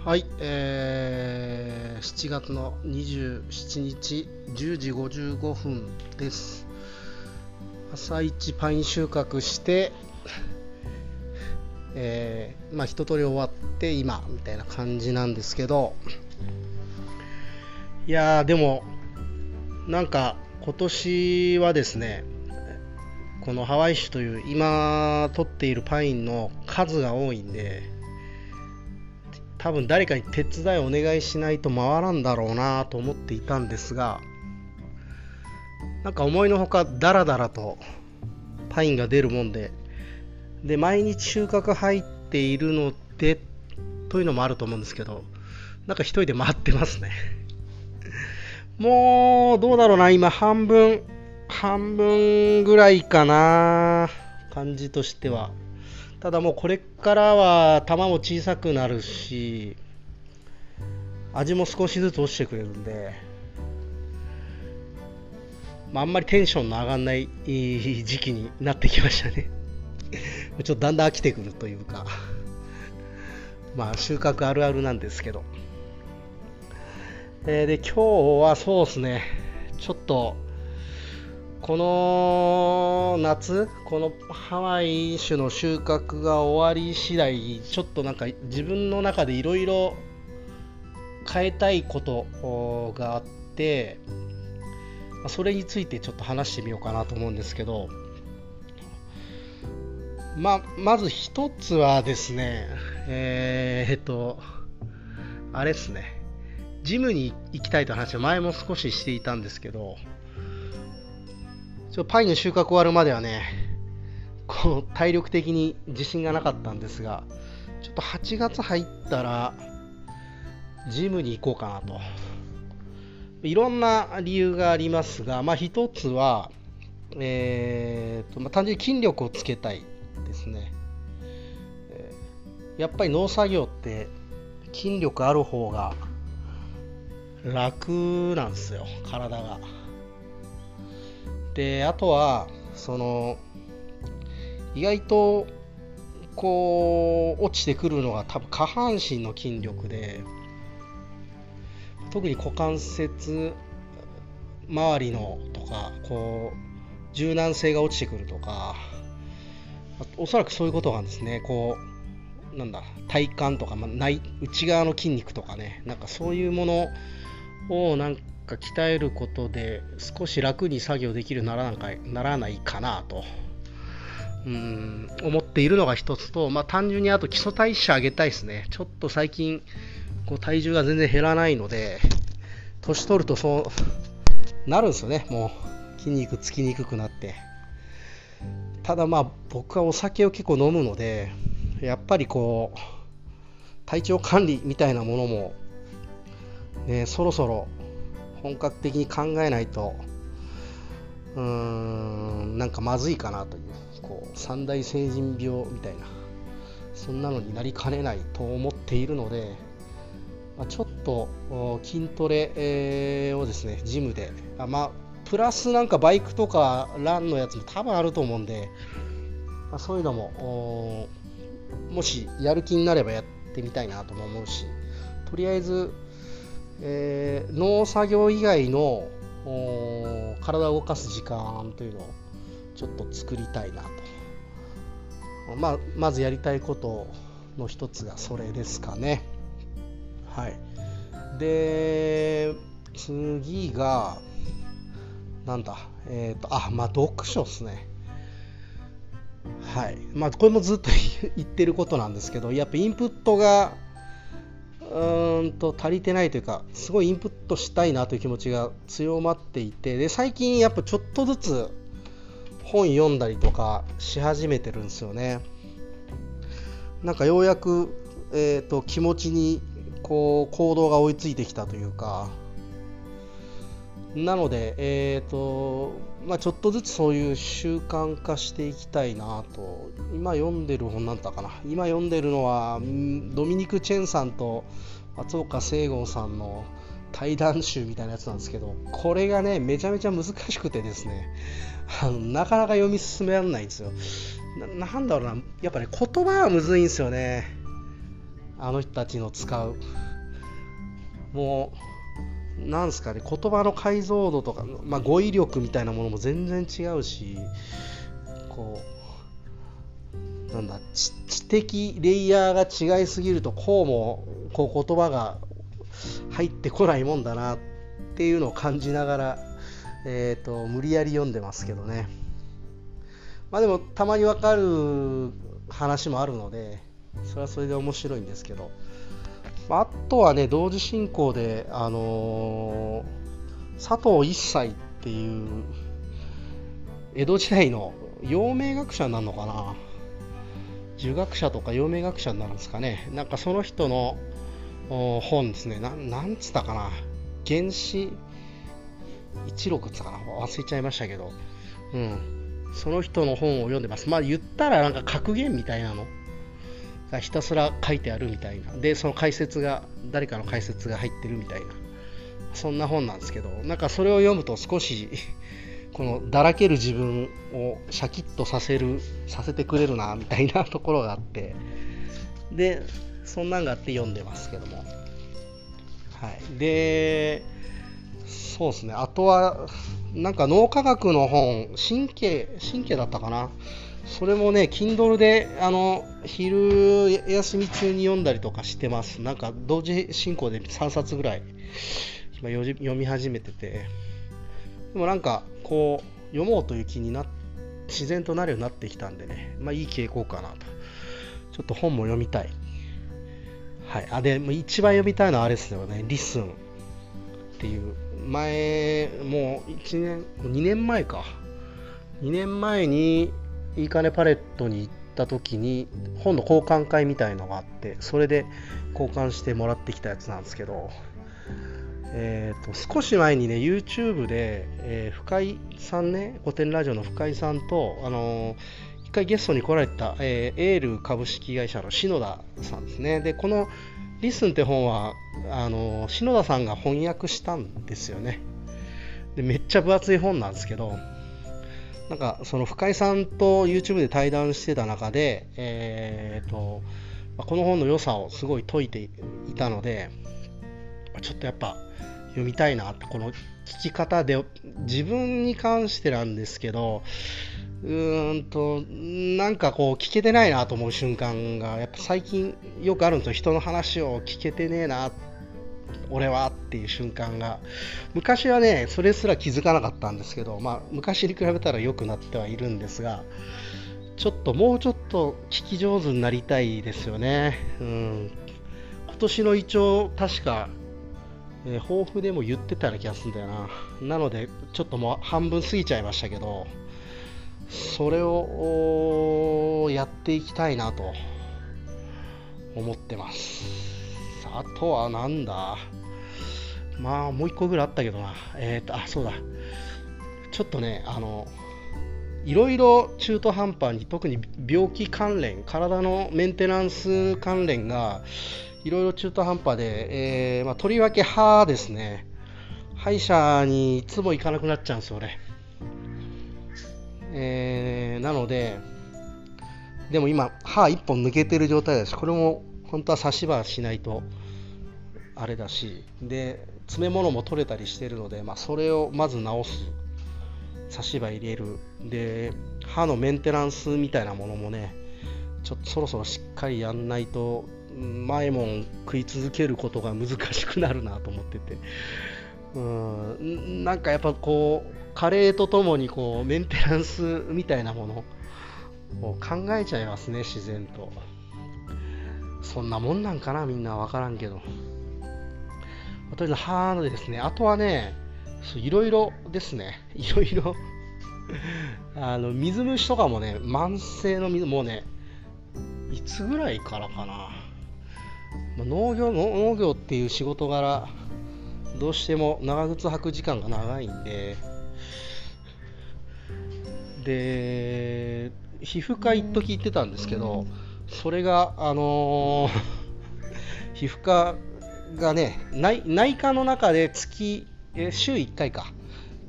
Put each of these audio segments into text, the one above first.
はい、7月の27日10時55分です。朝一パイン収穫して、一通り終わって今みたいな感じなんですけど、いやーでもなんか今年はですね、このハワイ州という今取っているパインの数が多いんで、多分誰かに手伝いをお願いしないと回らんだろうなと思っていたんですが、なんか思いのほかダラダラとパインが出るもんで、毎日収穫入っているのでというのもあると思うんですけど、なんか一人で回ってますね。もうどうだろうな、今半分ぐらいかな、感じとしては。ただもうこれからは玉も小さくなるし、味も少しずつ落ちてくれるんで、あんまりテンションの上がんない時期になってきましたね。ちょっとだんだん飽きてくるというか、収穫あるあるなんですけど、で今日はそうですね、ちょっとこの夏、このハワイ種の収穫が終わり次第、ちょっとなんか自分の中でいろいろ変えたいことがあって、それについてちょっと話してみようかなと思うんですけど、まず一つはですね、あれですね、ジムに行きたいという話を前も少ししていたんですけど、パインの収穫終わるまではね、この体力的に自信がなかったんですが、ちょっと8月入ったらジムに行こうかなと。いろんな理由がありますが、一つは、単純に筋力をつけたいですね。やっぱり農作業って筋力ある方が楽なんですよ、体が。で、あとは意外とこう落ちてくるのが多分下半身の筋力で、特に股関節周りのとか、こう柔軟性が落ちてくるとか、おそらくそういうことがですね、体幹とか、内側の筋肉とかね、なんかそういうものをなんか鍛えることで少し楽に作業できるようにならないかなと思っているのが一つと、単純にあと基礎代謝上げたいですね。ちょっと最近体重が全然減らないので、年取るとそうなるんですよね。もう筋肉つきにくくなって。ただ僕はお酒を結構飲むので、やっぱり体調管理みたいなものもね、そろそろ本格的に考えないとなんかまずいかなという、三大成人病みたいな、そんなのになりかねないと思っているので、ちょっと筋トレをですね、ジムでプラスなんかバイクとかランのやつも多分あると思うんで、そういうのももしやる気になればやってみたいなとも思うし、とりあえず農作業以外の体を動かす時間というのをちょっと作りたいなと。まずやりたいことの一つがそれですかね。はい。で、次が読書ですね。はい。これもずっと言ってることなんですけど、やっぱインプットが足りてないというか、すごいインプットしたいなという気持ちが強まっていて、で最近やっぱちょっとずつ本読んだりとかし始めてるんですよね。なんかようやく、気持ちに行動が追いついてきたというか、なので、ちょっとずつそういう習慣化していきたいなと。今読んでる本今読んでるのはドミニク・チェンさんと松岡聖剛さんの対談集みたいなやつなんですけど、これがねめちゃめちゃ難しくてですね、なかなか読み進められないんですよ。なんだろうな、やっぱね言葉はむずいんですよね。 あの人たちの使うもうなんすかね、言葉の解像度とか、語彙力みたいなものも全然違うし、こうなんだ知的レイヤーが違いすぎるとこう言葉が入ってこないもんだなっていうのを感じながら、無理やり読んでますけどね。でもたまに分かる話もあるので、それはそれで面白いんですけど、あとはね、同時進行で、佐藤一斎っていう江戸時代の陽明学者になるのかな、儒学者とか陽明学者になるんですかね。なんかその人の本ですね。なんつったかな、原始一録つかな、忘れちゃいましたけど、その人の本を読んでます。言ったらなんか格言みたいなのがひたすら書いてあるみたいな、でその解説が誰かの解説が入ってるみたいな、そんな本なんですけど、なんかそれを読むと少しこのだらける自分をシャキッとさせてくれるなみたいなところがあって、でそんなんがあって読んでますけども、はい。でそうですね、あとはなんか脳科学の本、神経だったかな、それもね Kindle で昼休み中に読んだりとかしてます。なんか同時進行で3冊ぐらい今読み始めてて、でもなんかこう読もうという気に自然となるようになってきたんでね、いい傾向かなと。ちょっと本も読みたい。はい。で一番読みたいのはあれですよね、リスンっていう、前もう2年前か、2年前にいいかねパレットに行った時に本の交換会みたいのがあって、それで交換してもらってきたやつなんですけど、少し前にね YouTube で、深井さんね、古典ラジオの深井さんと一回ゲストに来られた、エール株式会社の篠田さんですね。でこのリスンって本は篠田さんが翻訳したんですよね。でめっちゃ分厚い本なんですけど、なんかその深井さんと YouTube で対談してた中で、この本の良さをすごい説いていたので、ちょっとやっぱ読みたいなって、この聞き方で自分に関してなんですけど、なんかこう聞けてないなと思う瞬間がやっぱ最近よくあるんですよ。人の話を聞けてねえな俺はっていう瞬間が、昔はねそれすら気づかなかったんですけど、昔に比べたら良くなってはいるんですが、もうちょっと聞き上手になりたいですよね。今年の胃腸確か抱負でも言ってたような気がするんだよな。なのでちょっともう半分過ぎちゃいましたけど、それをやっていきたいなと思ってます。あとはなんだ、もう一個ぐらいあったけどな。そうだ、ちょっとねいろいろ中途半端に、特に病気関連、体のメンテナンス関連がいろいろ中途半端で、とりわけ歯ですね。歯医者にいつも行かなくなっちゃうんですよね。なので、でも今歯1本抜けてる状態だし、これも本当は差し歯しないとあれだし、で詰め物も取れたりしてるので、それをまず直す、差し歯入れる、で歯のメンテナンスみたいなものもね、ちょっとそろそろしっかりやんないと前も食い続けることが難しくなるなと思ってて、なんかやっぱこう加齢とともにこうメンテナンスみたいなものを考えちゃいますね、自然と。そんなもんなんかな、みんな分からんけど。とりあえず歯ですね。あとはね、いろいろですね、いろいろ水虫とかもね、慢性の水もうね、いつぐらいからかな、農業っていう仕事柄どうしても長靴履く時間が長いんで、皮膚科一時行ってたんですけど、それが皮膚科がね、内科の中で週1回か、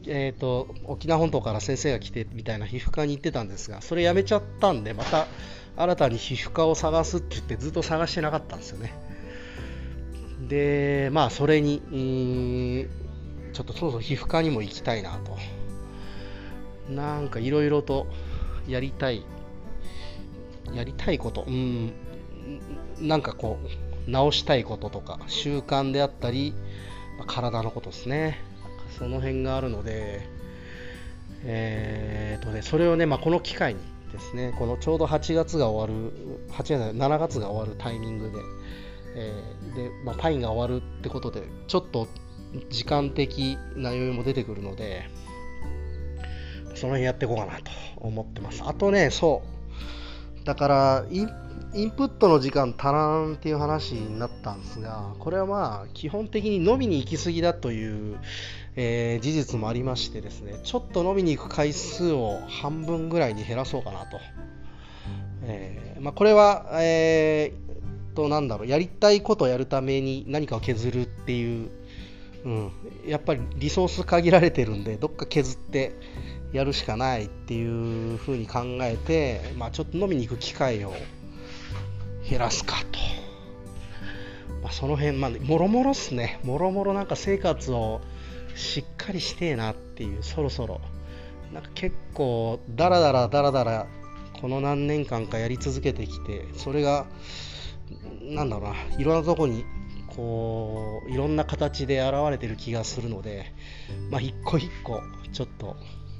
沖縄本島から先生が来てみたいな皮膚科に行ってたんですが、それやめちゃったんで、また新たに皮膚科を探すって言ってずっと探してなかったんですよね。でそれに、ちょっとそろそろ皮膚科にも行きたいなと、なんかいろいろとやりたいこと、なんかこう直したいこととか習慣であったり、体のことですね、その辺があるので、それをね、この機会にですね、このちょうど7月が終わる7月が終わるタイミングで、パインが終わるってことでちょっと時間的な余裕も出てくるので、その辺やっていこうかなと思ってます。あとね、そうだからインプットの時間足らんっていう話になったんですが、これは基本的に飲みに行き過ぎだという、事実もありましてですね、ちょっと飲みに行く回数を半分ぐらいに減らそうかなと、これは、やりたいことをやるために何かを削るっていう、やっぱりリソース限られてるんで、どっか削ってやるしかないっていう風に考えて、ちょっと飲みに行く機会を減らすかと、その辺もろもろっすね。もろもろなんか生活をしっかりしてえなっていう、そろそろなんか結構ダラダラこの何年間かやり続けてきて、それがいろんなとこにこういろんな形で現れてる気がするので、一個一個ちょっと、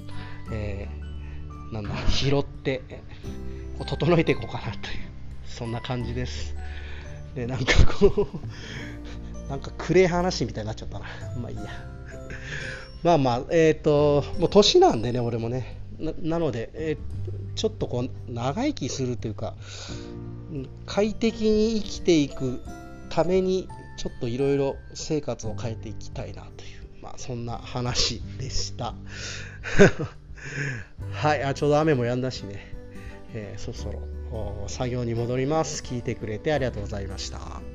拾って整えていこうかなという、そんな感じです。でなんか暗い話みたいになっちゃったな。いいや。もう年なんでね、俺もね。なので、ちょっとこう長生きするというか、快適に生きていくためにちょっといろいろ生活を変えていきたいなという、そんな話でした。はい、ちょうど雨も止んだしね、そろそろ作業に戻ります。聞いてくれてありがとうございました。